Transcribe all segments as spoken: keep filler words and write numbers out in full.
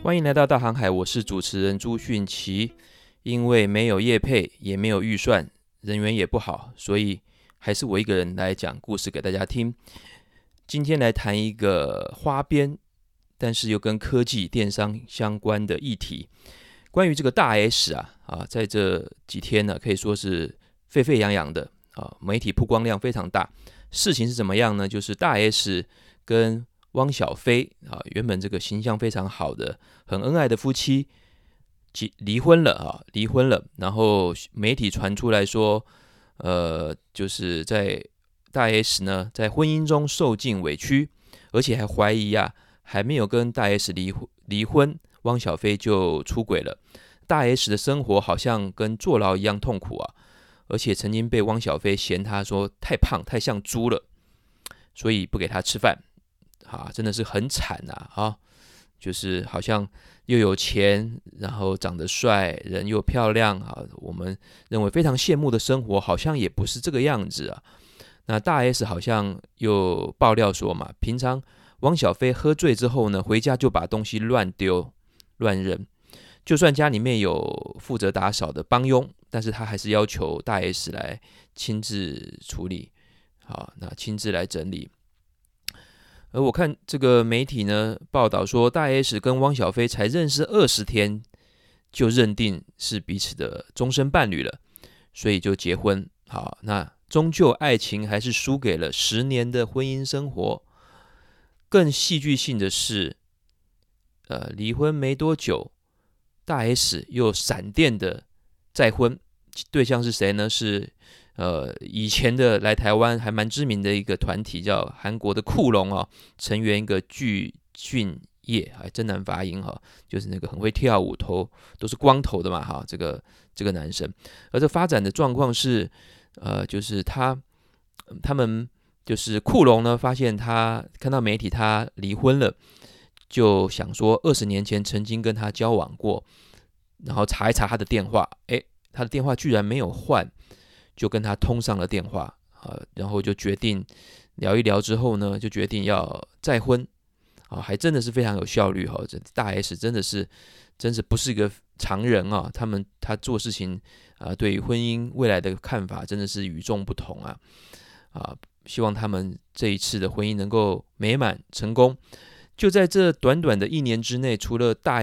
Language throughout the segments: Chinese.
欢迎来到大航海，我是主持人朱迅奇。因为没有业配，也没有预算，人缘也不好，所以还是我一个人来讲故事给大家听。今天来谈一个花边，但是又跟科技、电商相关的议题。关于这个大 S 啊，啊，在这几天呢，可以说是沸沸扬扬的啊，媒体曝光量非常大。事情是怎么样呢？就是大 S 跟汪小菲啊，原本这个形象非常好的、很恩爱的夫妻，离婚了啊，离婚了。然后媒体传出来说，呃，就是在大 S 呢，在婚姻中受尽委屈，而且还怀疑啊，还没有跟大 S 离婚，离婚，汪小菲就出轨了。大 S 的生活好像跟坐牢一样痛苦啊，而且曾经被汪小菲嫌他说太胖，太像猪了，所以不给他吃饭。啊，真的是很惨啊！啊，就是好像又有钱，然后长得帅，人又漂亮啊，我们认为非常羡慕的生活，好像也不是这个样子啊。那大 S 好像又爆料说嘛，平常汪小菲喝醉之后呢，回家就把东西乱丢、乱扔，就算家里面有负责打扫的帮佣，但是他还是要求大 S 来亲自处理，好，那亲自来整理。而我看这个媒体呢报道说，大 S 跟汪小菲才认识二十天，就认定是彼此的终身伴侣了，所以就结婚。好，那终究爱情还是输给了十年的婚姻生活。更戏剧性的是，呃，离婚没多久，大 S 又闪电的再婚，对象是谁呢？是呃，以前的来台湾还蛮知名的一个团体，叫韩国的酷龙哦，成员一个具俊晔，还真难发音哈，就是那个很会跳舞，头都是光头的嘛哈，这个这个男生。而这发展的状况是，呃，就是他他们就是酷龙呢，发现他看到媒体他离婚了，就想说二十年前曾经跟他交往过，然后查一查他的电话，诶，他的电话居然没有换。就跟他通上了电话，啊，然后就决定聊一聊之后呢，就决定要再婚，啊，还真的是非常有效率哈。这大 S 真的是，真是不是一个常人啊。他们他做事情啊，对于婚姻未来的看法真的是与众不同啊，啊，希望他们这一次的婚姻能够美满成功。就在这短短的一年之内，除了大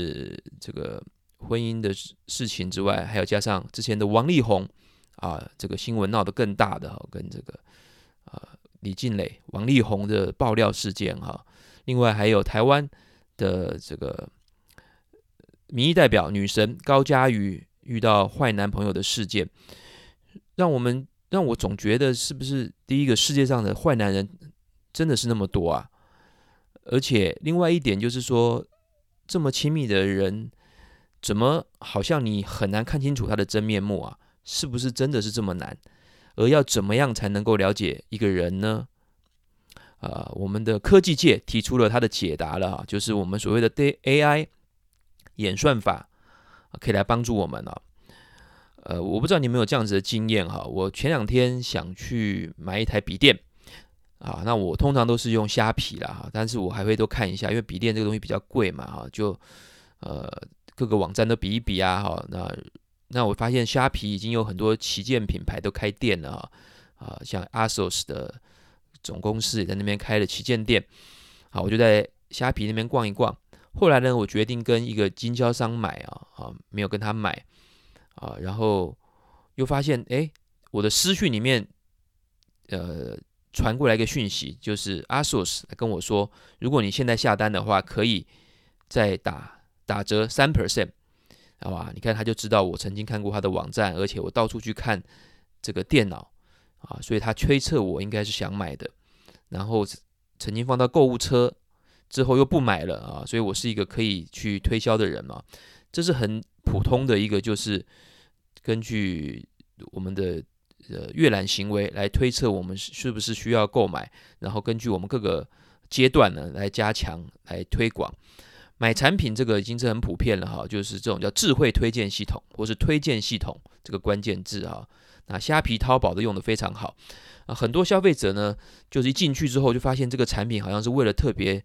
S 这个婚姻的事情之外，还有加上之前的王力宏。啊，这个新闻闹得更大的哈，跟这个呃李静蕾、王力宏的爆料事件哈，另外还有台湾的这个民意代表女神高嘉瑜遇到坏男朋友的事件，让我们让我总觉得是不是第一个世界上的坏男人真的是那么多啊？而且另外一点就是说，这么亲密的人，怎么好像你很难看清楚他的真面目啊？是不是真的是这么难？而要怎么样才能够了解一个人呢？呃，我们的科技界提出了他的解答了，就是我们所谓的 A I 演算法，可以来帮助我们了。呃，我不知道你有没有这样子的经验哈？我前两天想去买一台笔电啊，那我通常都是用虾皮啦，但是我还会都看一下，因为笔电这个东西比较贵嘛，哈，就呃各个网站都比一比啊，哈，那。那我发现虾皮已经有很多旗舰品牌都开店了啊，啊，像 A S O S 的总公司也在那边开了旗舰店，好，我就在虾皮那边逛一逛。后来呢，我决定跟一个经销商买啊，啊，没有跟他买啊，然后又发现，哎，我的私讯里面，呃，传过来一个讯息，就是 A S O S 跟我说，如果你现在下单的话，可以再打打折 百分之三。好吧，你看他就知道我曾经看过他的网站，而且我到处去看这个电脑啊，所以他推测我应该是想买的，然后曾经放到购物车之后又不买了啊，所以我是一个可以去推销的人嘛，这是很普通的一个，就是根据我们的呃阅览行为来推测我们是不是需要购买，然后根据我们各个阶段呢来加强来推广。买产品这个已经是很普遍了哈，就是这种叫智慧推荐系统或是推荐系统这个关键字哈。那虾皮、淘宝都用得非常好啊，很多消费者呢，就是一进去之后就发现这个产品好像是为了特别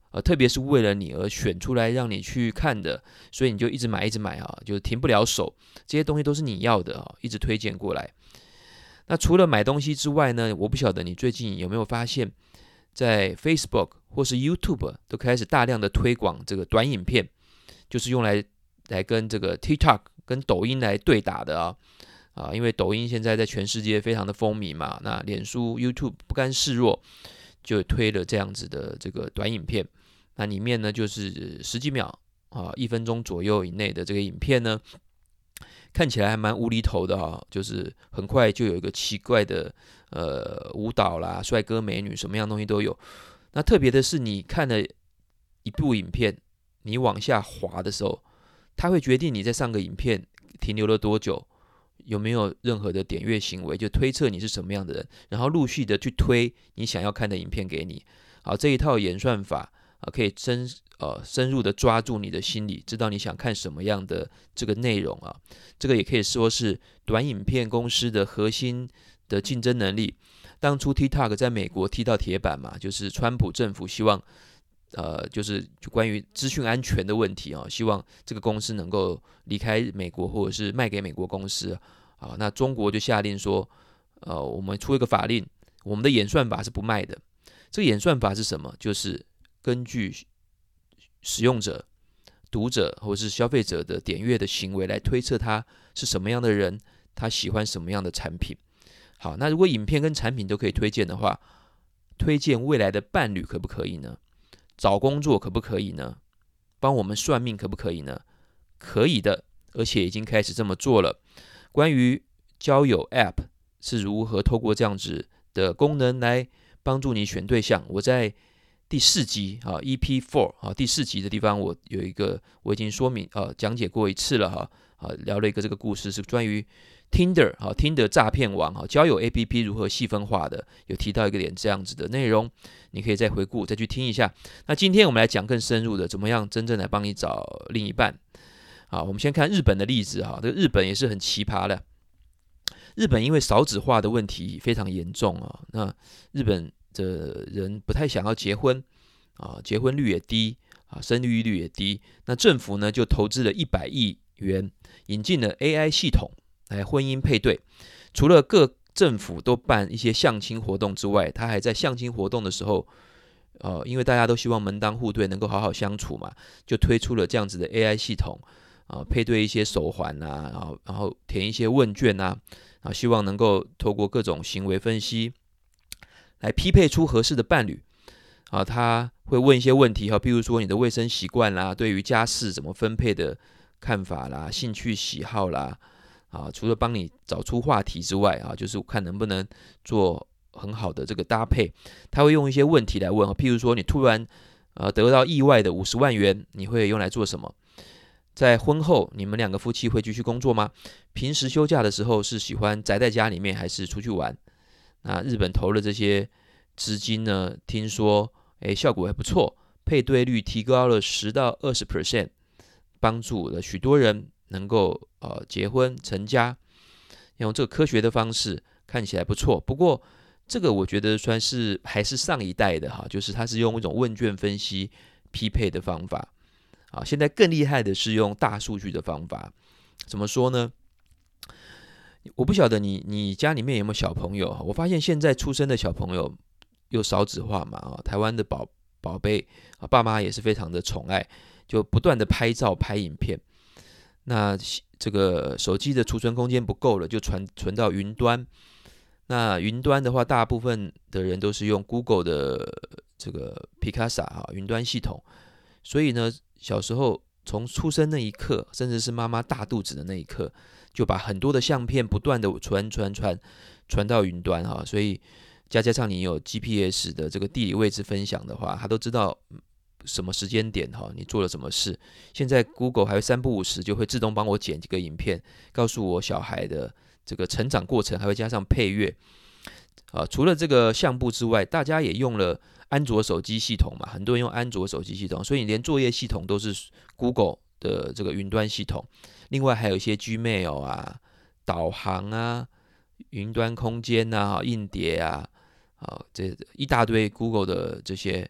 呃，特别是为了你而选出来让你去看的，所以你就一直买一直买啊，就停不了手。这些东西都是你要的啊，一直推荐过来。那除了买东西之外呢，我不晓得你最近有没有发现，在 Facebook 或是 YouTube 都开始大量的推广这个短影片，就是用来来跟这个 TikTok 跟抖音来对打的啊。啊，因为抖音现在在全世界非常的风靡嘛，那脸书、YouTube 不甘示弱，就推了这样子的这个短影片。那里面呢，就是十几秒啊，一分钟左右以内的这个影片呢，看起来还蛮无厘头的哈，就是很快就有一个奇怪的呃舞蹈啦、帅哥美女，什么样东西都有。那特别的是，你看了一部影片，你往下滑的时候，它会决定你在上个影片停留了多久，有没有任何的点阅行为，就推测你是什么样的人，然后陆续的去推你想要看的影片给你。好，这一套演算法啊，可以深呃深入的抓住你的心理，知道你想看什么样的这个内容啊。这个也可以说是短影片公司的核心的竞争能力。当初 TikTok 在美国踢到铁板嘛，就是川普政府希望呃就是就关于资讯安全的问题啊，希望这个公司能够离开美国或者是卖给美国公司啊。那中国就下令说，呃，我们出一个法令，我们的演算法是不卖的。这个演算法是什么？就是根据使用者、读者或是消费者的点阅的行为来推测他是什么样的人，他喜欢什么样的产品。好，那如果影片跟产品都可以推荐的话，推荐未来的伴侣可不可以呢？找工作可不可以呢？帮我们算命可不可以呢？可以的，而且已经开始这么做了。关于交友 App 是如何透过这样子的功能来帮助你选对象，我在第四集啊 E P 四 啊第四集的地方，我有一个我已经说明啊讲解过一次了哈啊聊了一个这个故事，是关于 Tinder 啊 Tinder 诈骗网啊交友 A P P 如何细分化的，有提到一个点这样子的内容，你可以再回顾再去听一下。那今天我们来讲更深入的，怎么样真正来帮你找另一半。好，我们先看日本的例子哈，这个日本也是很奇葩的。日本因为少子化的问题非常严重啊，那日本的人不太想要结婚啊，结婚率也低啊，生育率也低。那政府呢就投资了一百亿元，引进了 A I 系统来婚姻配对。除了各政府都办一些相亲活动之外，他还在相亲活动的时候，呃，因为大家都希望门当户对，能够好好相处嘛，就推出了这样子的 A I 系统啊，配对一些手环啊，然后然后填一些问卷啊。啊，希望能够透过各种行为分析来匹配出合适的伴侣。啊，他会问一些问题哈，比如说你的卫生习惯啦，对于家事怎么分配的看法啦，兴趣喜好啦。啊，除了帮你找出话题之外啊，就是看能不能做很好的这个搭配。他会用一些问题来问，譬如说你突然呃得到意外的五十万元，你会用来做什么？在婚后，你们两个夫妻会继续工作吗？平时休假的时候是喜欢宅在家里面，还是出去玩？那日本投了这些资金呢，听说诶效果还不错，配对率提高了十到二十 percent， 帮助了许多人能够呃结婚成家。用这个科学的方式看起来不错，不过这个我觉得算是还是上一代的哈，就是它是用一种问卷分析匹配的方法。啊，现在更厉害的是用大数据的方法。怎么说呢？我不晓得你你家里面有没有小朋友。我发现现在出生的小朋友又少子化嘛，啊，台湾的宝宝贝啊，爸妈也是非常的宠爱，就不断的拍照拍影片。那这个手机的储存空间不够了，就传存到云端。那云端的话，大部分的人都是用 Google 的这个 Picasa 啊云端系统，所以呢。小时候从出生那一刻，甚至是妈妈大肚子的那一刻，就把很多的相片不断的传传传传到云端哈，所以加加上你有 G P S 的这个地理位置分享的话，他都知道什么时间点哈你做了什么事。现在 Google 还会三不五时就会自动帮我剪几个影片，告诉我小孩的这个成长过程，还会加上配乐。啊，除了这个相簿之外，大家也用了安卓手机系统嘛，很多人用安卓手机系统，所以连作业系统都是 Google 的这个云端系统。另外还有一些 Gmail 啊、导航啊、云端空间啊、硬碟啊，啊，这一大堆 Google 的这些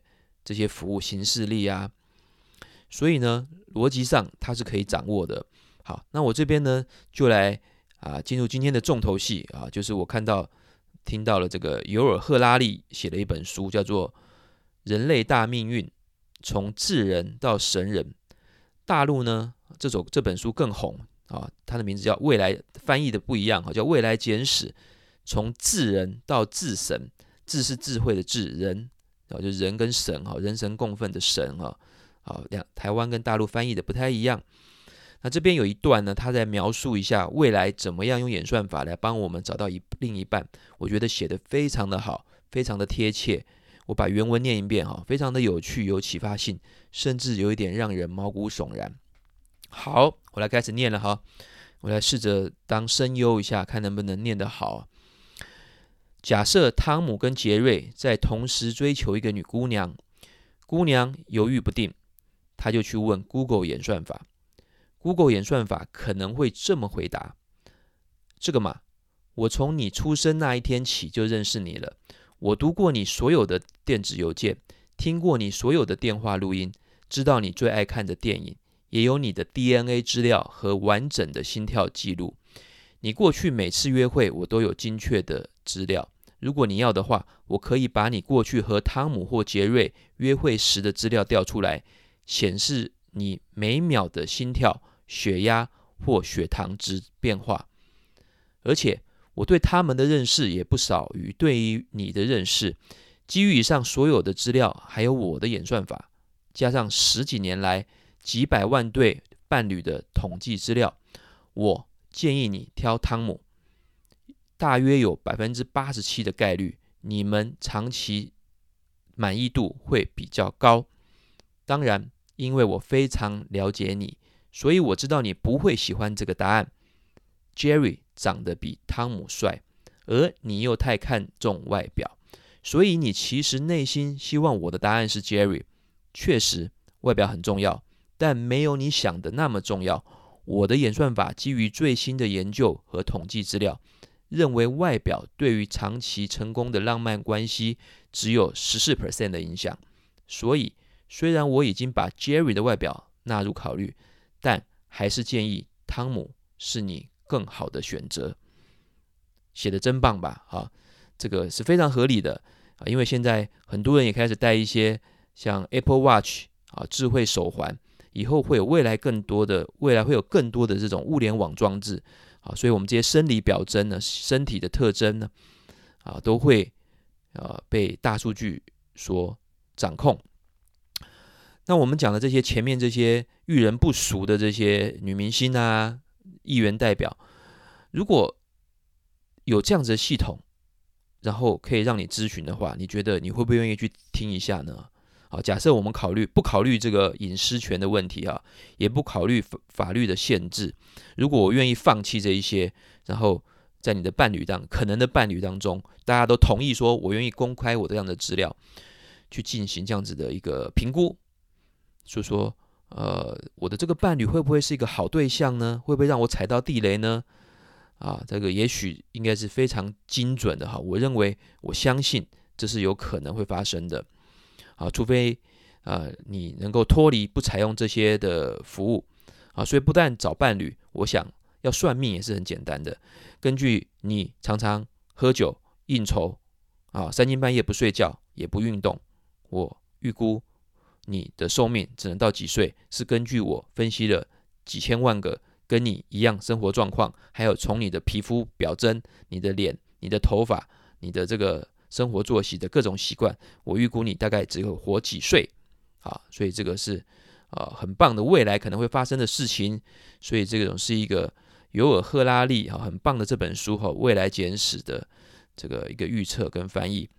这些服务行事历啊，所以呢，逻辑上它是可以掌握的。好，那我这边呢就来啊进入今天的重头戏啊，就是我看到听到了这个尤尔赫拉利写了一本书，叫做《人类大命运：从智人到神人》。大陆呢，这首这本书更红啊，它的名字叫《未来》，翻译的不一样，叫《未来简史：从智人到智神》。智是智慧的智，人啊就是人跟神哈，人神共愤的神哈。好，两台湾跟大陆翻译的不太一样。那这边有一段呢，他在描述一下未来怎么样用演算法来帮我们找到一另一半，我觉得写得非常的好，非常的贴切。我把原文念一遍哈，非常的有趣，有启发性，甚至有一点让人毛骨悚然。好，我来开始念了哈，我来试着当声优一下，看能不能念得好。假设汤姆跟杰瑞在同时追求一个女姑娘，姑娘犹豫不定，他就去问 Google 演算法。Google 演算法可能会这么回答：这个嘛，我从你出生那一天起就认识你了，我读过你所有的电子邮件，听过你所有的电话录音，知道你最爱看的电影，也有你的 D N A 资料和完整的心跳记录。你过去每次约会我都有精确的资料，如果你要的话，我可以把你过去和汤姆或杰瑞约会时的资料调出来，显示你每秒的心跳、血压或血糖值变化。而且我对他们的认识也不少于对于你的认识，基于以上所有的资料，还有我的演算法，加上十几年来几百万对伴侣的统计资料，我建议你挑汤姆。大约有 百分之八十七 的概率，你们长期满意度会比较高。当然，因为我非常了解你，所以我知道你不会喜欢这个答案。Jerry 长得比汤姆帅，而你又太看重外表，所以你其实内心希望我的答案是 Jerry。确实，外表很重要，但没有你想的那么重要。我的演算法基于最新的研究和统计资料，认为外表对于长期成功的浪漫关系只有 百分之十四 的影响。所以，虽然我已经把 Jerry 的外表纳入考虑，但还是建议汤姆是你更好的选择。写得真棒吧？啊，这个是非常合理的啊，因为现在很多人也开始戴一些像 Apple Watch 啊智慧手环，以后会有未来更多的未来会有更多的这种物联网装置啊，所以我们这些生理表征呢，身体的特征呢，啊，都会呃被大数据所掌控。那我们讲的这些前面这些遇人不淑的这些女明星啊、议员代表，如果有这样子的系统，然后可以让你咨询的话，你觉得你会不会愿意去听一下呢？好，假设我们考虑不考虑这个隐私权的问题啊，也不考虑法律的限制，如果我愿意放弃这一些，然后在你的伴侣当可能的伴侣当中，大家都同意说我愿意公开我这样的资料，去进行这样子的一个评估，就说呃我的这个伴侣会不会是一个好对象呢？会不会让我踩到地雷呢？啊，这个也许应该是非常精准的哈，我认为我相信这是有可能会发生的。啊，除非呃你能够脱离不采用这些的服务啊，所以不但找伴侣，我想要算命也是很简单的。根据你常常喝酒、应酬啊，三更半夜不睡觉也不运动，我预估你的寿命只能到几岁，是根据我分析了几千万个跟你一样生活状况，还有从你的皮肤表征、你的脸、你的头发、你的这个生活作息的各种习惯，我预估你大概只有活几岁啊，所以这个是呃很棒的未来可能会发生的事情，所以这种是一个尤尔赫拉利哈很棒的这本书哈未来简史的这个一个预测跟翻译。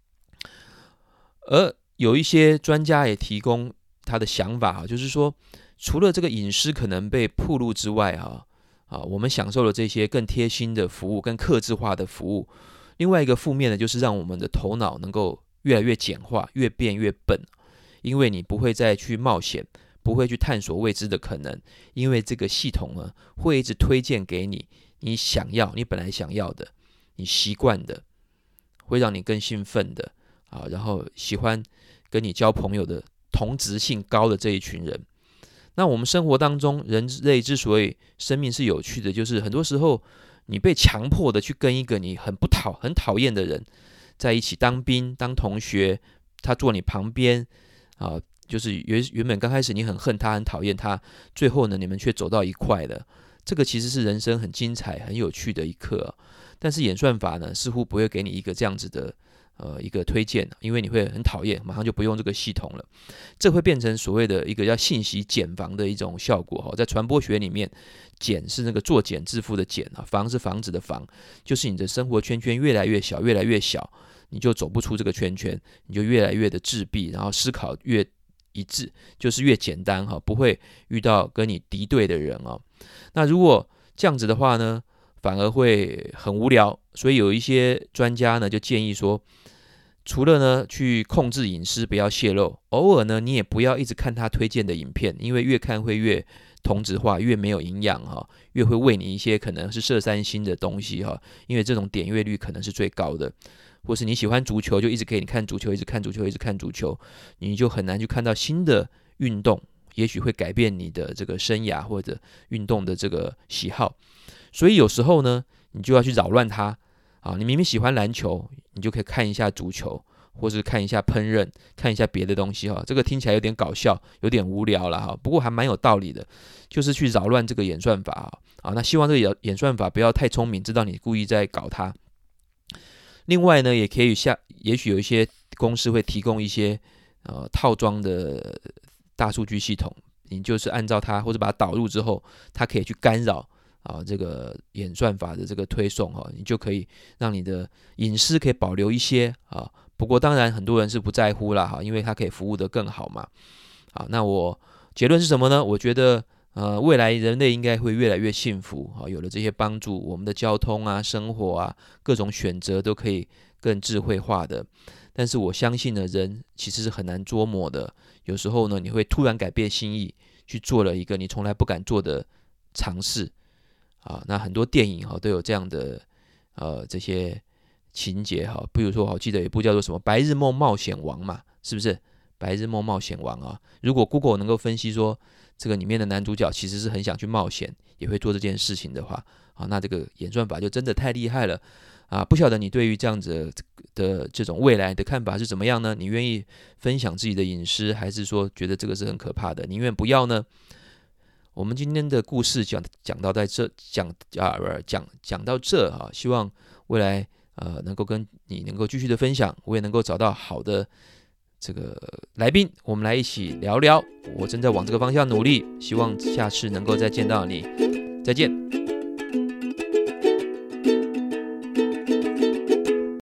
而有一些专家也提供他的想法哈，就是说除了这个隐私可能被暴露之外哈啊，我们享受了这些更贴心的服务、更客制化的服务。另外一个负面的就是让我们的头脑能够越来越简化，越变越笨，因为你不会再去冒险，不会去探索未知的可能，因为这个系统呢会一直推荐给你你想要、你本来想要的、你习惯的，会让你更兴奋的啊，然后喜欢跟你交朋友的同质性高的这一群人。那我们生活当中，人类之所以生命是有趣的，就是很多时候你被强迫的去跟一个你很不讨、很讨厌的人在一起当兵、当同学，他坐你旁边啊，就是原原本刚开始你很恨他、很讨厌他，最后呢，你们却走到一块了。这个其实是人生很精彩、很有趣的一刻啊。但是演算法呢，似乎不会给你一个这样子的呃一个推荐，因为你会很讨厌，马上就不用这个系统了。这会变成所谓的一个叫信息茧房的一种效果哈。在传播学里面，茧是那个作茧自缚的茧啊，房是房子的房，就是你的生活圈圈越来越小，越来越小，你就走不出这个圈圈，你就越来越的自闭，然后思考越一致，就是越简单哈，不会遇到跟你敌对的人哦。那如果这样子的话呢，反而会很无聊，所以有一些专家呢就建议说，除了呢去控制隐私不要泄露，偶尔呢你也不要一直看他推荐的影片，因为越看会越同质化，越没有营养哈，越会喂你一些可能是色三星的东西哈，因为这种点阅率可能是最高的。或是你喜欢足球，就一直给你看足球，一直看足球，一直看足球，你就很难去看到新的运动，也许会改变你的这个生涯或者运动的这个喜好。所以有时候呢，你就要去扰乱它啊！你明明喜欢篮球，你就可以看一下足球，或是看一下烹饪，看一下别的东西哈。这个听起来有点搞笑，有点无聊了哈，不过还蛮有道理的，就是去扰乱这个演算法啊。啊，那希望这个演算法不要太聪明，知道你故意在搞它。另外呢，也可以下，也许有一些公司会提供一些呃套装的大数据系统，你就是按照它或者把它导入之后，它可以去干扰啊这个演算法的这个推送哈，你就可以让你的隐私可以保留一些啊。不过当然很多人是不在乎啦哈，因为它可以服务得更好嘛。好，那我结论是什么呢？我觉得呃未来人类应该会越来越幸福啊，有了这些帮助，我们的交通啊、生活啊、各种选择都可以更智慧化的。但是我相信呢，人其实是很难捉摸的。有时候呢，你会突然改变心意，去做了一个你从来不敢做的尝试啊。那很多电影哈都有这样的呃这些情节哈，比如说我记得有一部叫做什么《白日梦冒险王》嘛，是不是？白日梦冒险王啊，如果 Google 能够分析说这个里面的男主角其实是很想去冒险，也会做这件事情的话，啊，那这个演算法就真的太厉害了啊！不晓得你对于这样子的这种未来的看法是怎么样呢？你愿意分享自己的隐私，还是说觉得这个是很可怕的，宁愿不要呢？我们今天的故事讲讲到在这讲啊讲讲到这啊，希望未来呃能够跟你能够继续的分享，我也能够找到好的这个来宾，我们来一起聊聊。我正在往这个方向努力，希望下次能够再见到你。再见。